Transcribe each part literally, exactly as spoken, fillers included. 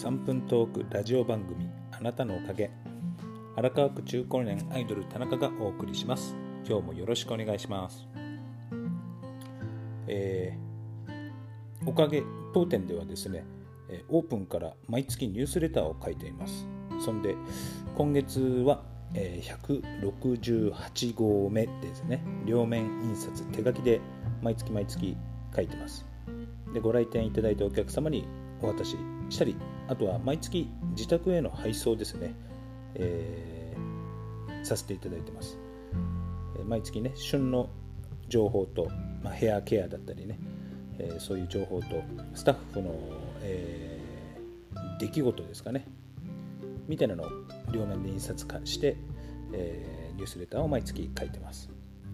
さんぷんトークラジオ番組あなたのおかげ、荒川区中高年アイドル田中がお送りします。今日もよろしくお願いします。えー、おかげ当店ではですね、オープンから毎月ニュースレターを書いています。そんで今月はひゃくろくじゅうはちごうめですね。両面印刷手書きで毎月毎月書いてます。でご来店いただいたお客様にお渡ししたり、あとは毎月自宅への配送ですね、えー、させていただいてます。毎月ね、旬の情報と、まあ、ヘアケアだったりね、えー、そういう情報とスタッフの、えー、出来事ですかねみたいなのを両面で印刷化して、えー、ニュースレターを毎月書いてます。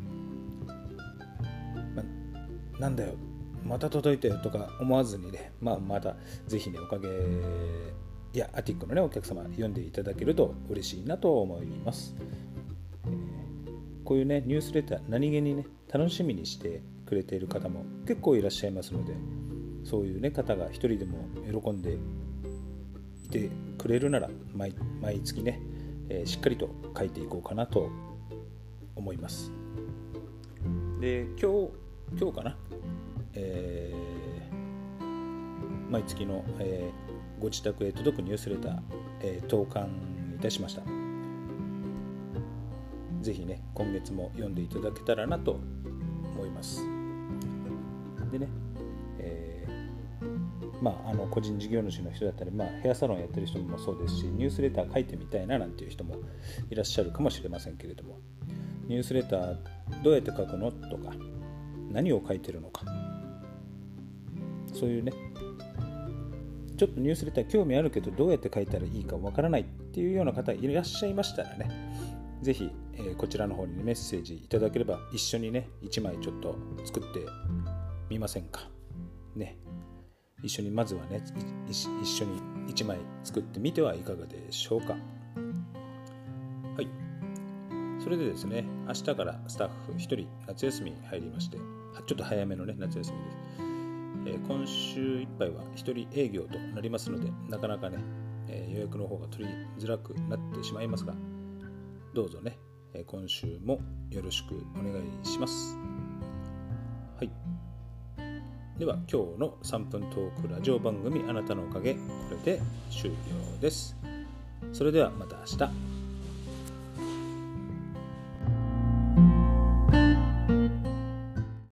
まあ、なんだよまた届いたよとか思わずにね、まあ、またぜひねおかげやアティックのねお客様読んでいただけると嬉しいなと思います。えー、こういうねニュースレター何気にね楽しみにしてくれている方も結構いらっしゃいますので、そういうね方が一人でも喜んでいてくれるなら 毎, 毎月ね、えー、しっかりと書いていこうかなと思います。で今日今日かなえー、毎月の、えー、ご自宅へ届くニュースレター、えー、投函いたしました。ぜひね今月も読んでいただけたらなと思います。でね、えー、まああの個人事業主の人だったり、まあ、ヘアサロンやってる人もそうですし、ニュースレター書いてみたいななんていう人もいらっしゃるかもしれませんけれども、ニュースレターどうやって書くのとか、何を書いてるのか、そういうねちょっとニュースレター興味あるけどどうやって書いたらいいかわからないっていうような方いらっしゃいましたらね、ぜひ、えー、こちらの方に、ね、メッセージいただければ一緒にねいちまいちょっと作ってみませんかね。一緒にまずはね一緒にいちまい作ってみてはいかがでしょうか。はい、それでですね、明日からスタッフひとり夏休み入りまして、ちょっと早めのね夏休みです。えー、今週いっぱいはひとり営業となりますので、なかなかね、えー、予約の方が取りづらくなってしまいますが、どうぞね、えー、今週もよろしくお願いします。はい。では今日のさんぷんトークラジオ番組あなたのおかげ、これで終了です。それではまた明日。